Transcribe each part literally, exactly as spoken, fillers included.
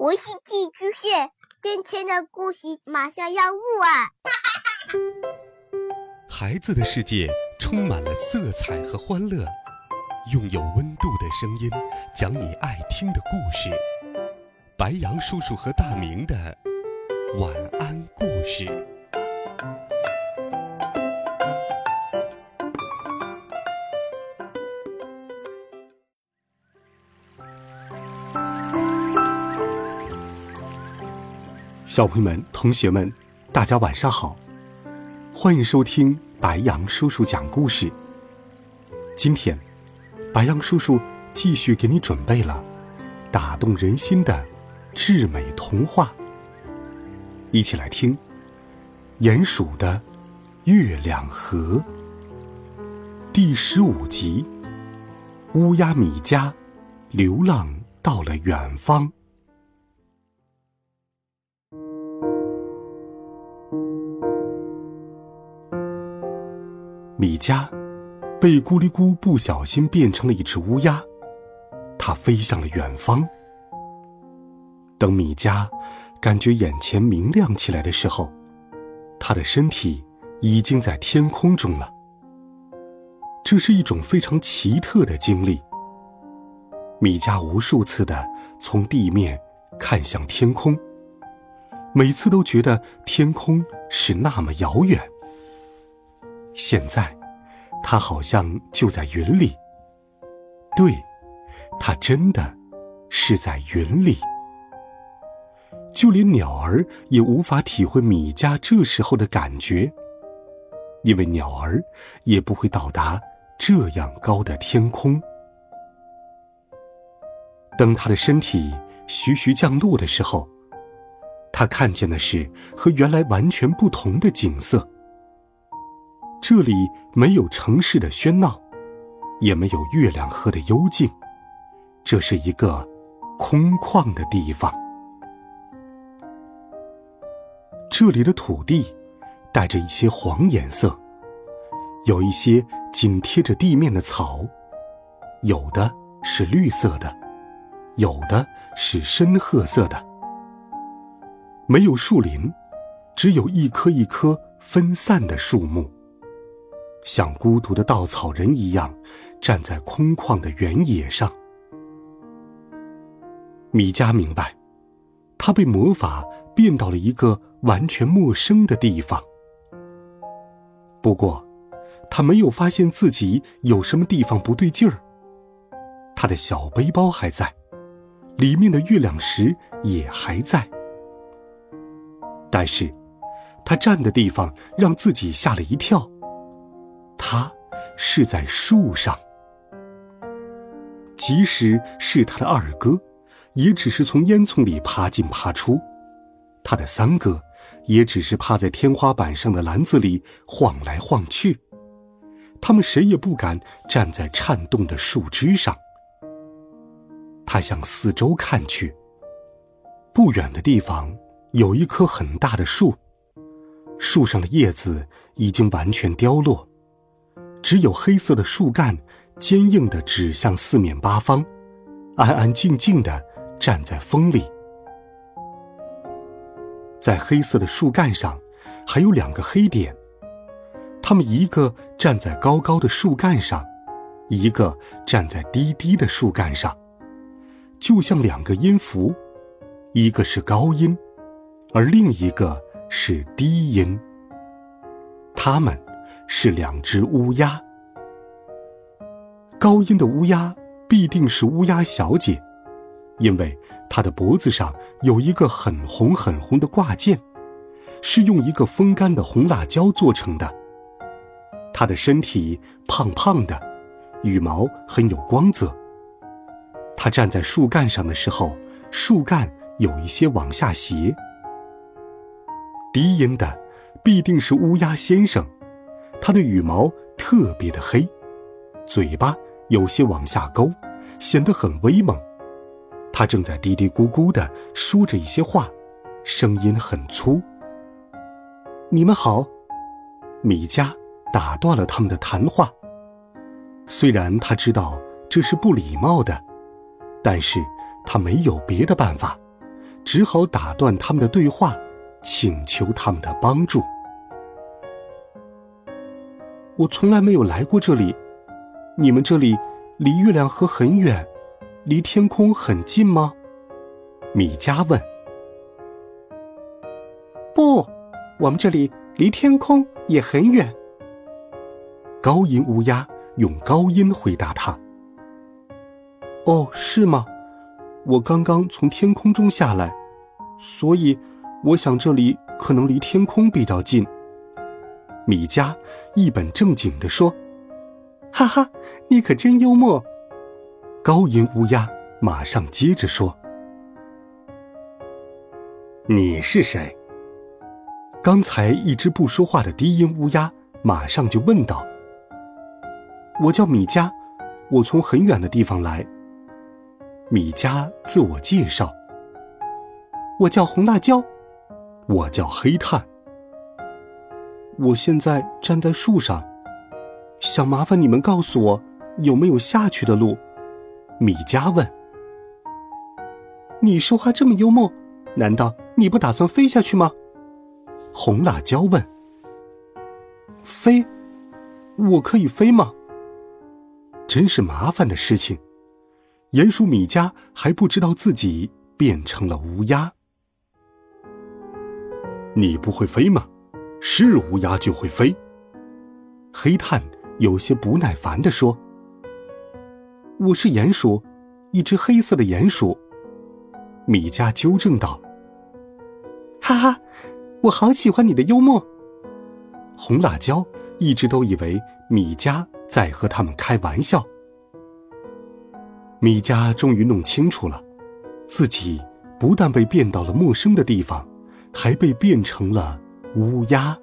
我是寄居蟹，今天的故事马上要录啊！ 孩子的世界充满了色彩和欢乐，用有温度的声音讲你爱听的故事。白杨叔叔和大明的晚安故事。小朋友们、同学们，大家晚上好，欢迎收听白杨叔叔讲故事。今天，白杨叔叔继续给你准备了打动人心的至美童话，一起来听鼹鼠的月亮河第十五集，乌鸦米迦流浪到了远方。米迦被咕哩咕不小心变成了一只乌鸦，它飞向了远方。等米迦感觉眼前明亮起来的时候，他的身体已经在天空中了。这是一种非常奇特的经历。米迦无数次地从地面看向天空，每次都觉得天空是那么遥远。现在他好像就在云里，对，他真的是在云里。就连鸟儿也无法体会米迦这时候的感觉，因为鸟儿也不会到达这样高的天空。当他的身体徐徐降落的时候，他看见的是和原来完全不同的景色。这里没有城市的喧闹，也没有月亮河的幽静，这是一个空旷的地方。这里的土地带着一些黄颜色，有一些紧贴着地面的草，有的是绿色的，有的是深褐色的。没有树林，只有一棵一棵分散的树木，像孤独的稻草人一样站在空旷的原野上。米迦明白，他被魔法变到了一个完全陌生的地方。不过，他没有发现自己有什么地方不对劲儿。他的小背包还在，里面的月亮石也还在。但是，他站的地方让自己吓了一跳。他是在树上，即使是他的二哥，也只是从烟囱里爬进爬出，他的三哥也只是趴在天花板上的篮子里晃来晃去，他们谁也不敢站在颤动的树枝上。他向四周看去，不远的地方有一棵很大的树，树上的叶子已经完全凋落，只有黑色的树干坚硬地指向四面八方，安安静静地站在风里。在黑色的树干上还有两个黑点，它们一个站在高高的树干上，一个站在低低的树干上，就像两个音符，一个是高音，而另一个是低音。它们是两只乌鸦。高音的乌鸦必定是乌鸦小姐，因为她的脖子上有一个很红很红的挂件，是用一个风干的红辣椒做成的。她的身体胖胖的，羽毛很有光泽。她站在树干上的时候，树干有一些往下斜。低音的必定是乌鸦先生，他的羽毛特别的黑，嘴巴有些往下勾，显得很威猛。他正在嘀嘀咕咕地说着一些话，声音很粗。你们好，米迦打断了他们的谈话。虽然他知道这是不礼貌的，但是他没有别的办法， 只好打断他们的对话，请求他们的帮助。我从来没有来过这里，你们这里离月亮河很远，离天空很近吗？米迦问。不，我们这里离天空也很远。高音乌鸦用高音回答他。哦，是吗？我刚刚从天空中下来，所以我想这里可能离天空比较近。米迦一本正经地说。哈哈，你可真幽默。高音乌鸦马上接着说。你是谁？刚才一直不说话的低音乌鸦马上就问道。我叫米迦，我从很远的地方来。米迦自我介绍。我叫红辣椒。我叫黑炭。我现在站在树上，想麻烦你们告诉我有没有下去的路。米迦问。你说话这么幽默，难道你不打算飞下去吗？红辣椒问。飞？我可以飞吗？真是麻烦的事情。鼹鼠米迦还不知道自己变成了乌鸦。你不会飞吗？是乌鸦就会飞。黑炭有些不耐烦地说。我是鼹鼠，一只黑色的鼹鼠。米迦纠正道。哈哈，我好喜欢你的幽默。红辣椒一直都以为米迦在和他们开玩笑。米迦终于弄清楚了，自己不但被变到了陌生的地方，还被变成了乌鸦。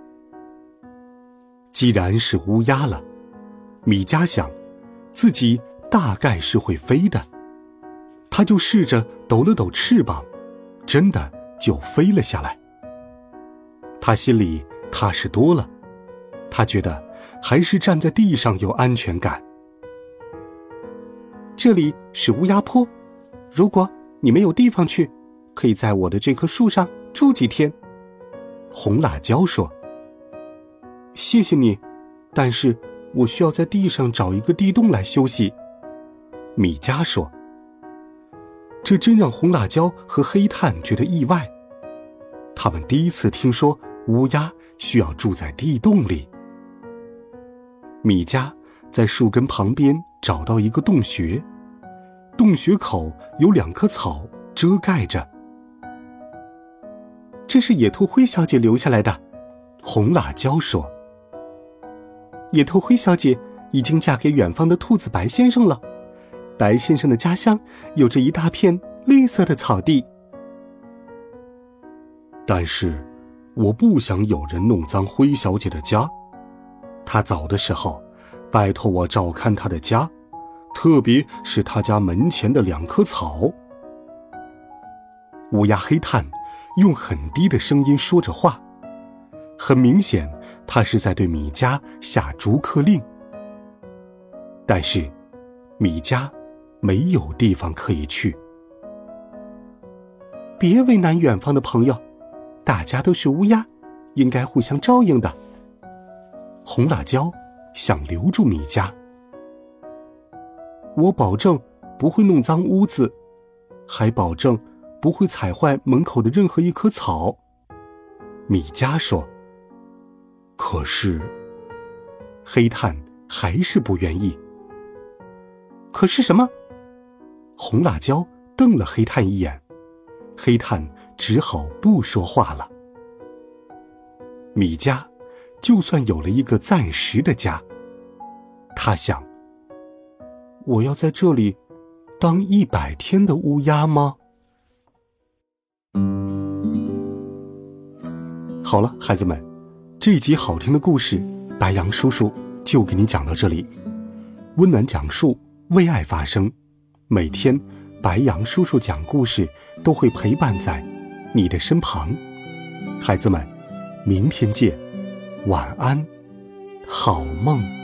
既然是乌鸦了，米迦想，自己大概是会飞的。他就试着抖了抖翅膀，真的就飞了下来。他心里踏实多了，他觉得还是站在地上有安全感。这里是乌鸦坡，如果你没有地方去，可以在我的这棵树上住几天。红辣椒说。谢谢你，但是我需要在地上找一个地洞来休息。米迦说。这真让红辣椒和黑炭觉得意外，他们第一次听说乌鸦需要住在地洞里。米迦在树根旁边找到一个洞穴，洞穴口有两棵草遮盖着。这是野兔灰小姐留下来的，红辣椒说。野兔灰小姐已经嫁给远方的兔子白先生了，白先生的家乡有着一大片绿色的草地。但是我不想有人弄脏灰小姐的家，她走的时候拜托我照看她的家，特别是她家门前的两棵草。乌鸦黑炭用很低的声音说着话，很明显他是在对米迦下逐客令。但是米迦没有地方可以去。别为难远方的朋友，大家都是乌鸦，应该互相照应的。红辣椒想留住米迦。我保证不会弄脏屋子，还保证不会踩坏门口的任何一棵草。米迦说。可是黑炭还是不愿意。可是什么？红辣椒瞪了黑炭一眼，黑炭只好不说话了。米迦就算有了一个暂时的家，他想，我要在这里当一百天的乌鸦吗？好了，孩子们，这一集好听的故事，白羊叔叔就给你讲到这里。温暖讲述，为爱发声，每天白羊叔叔讲故事都会陪伴在你的身旁。孩子们，明天见，晚安，好梦。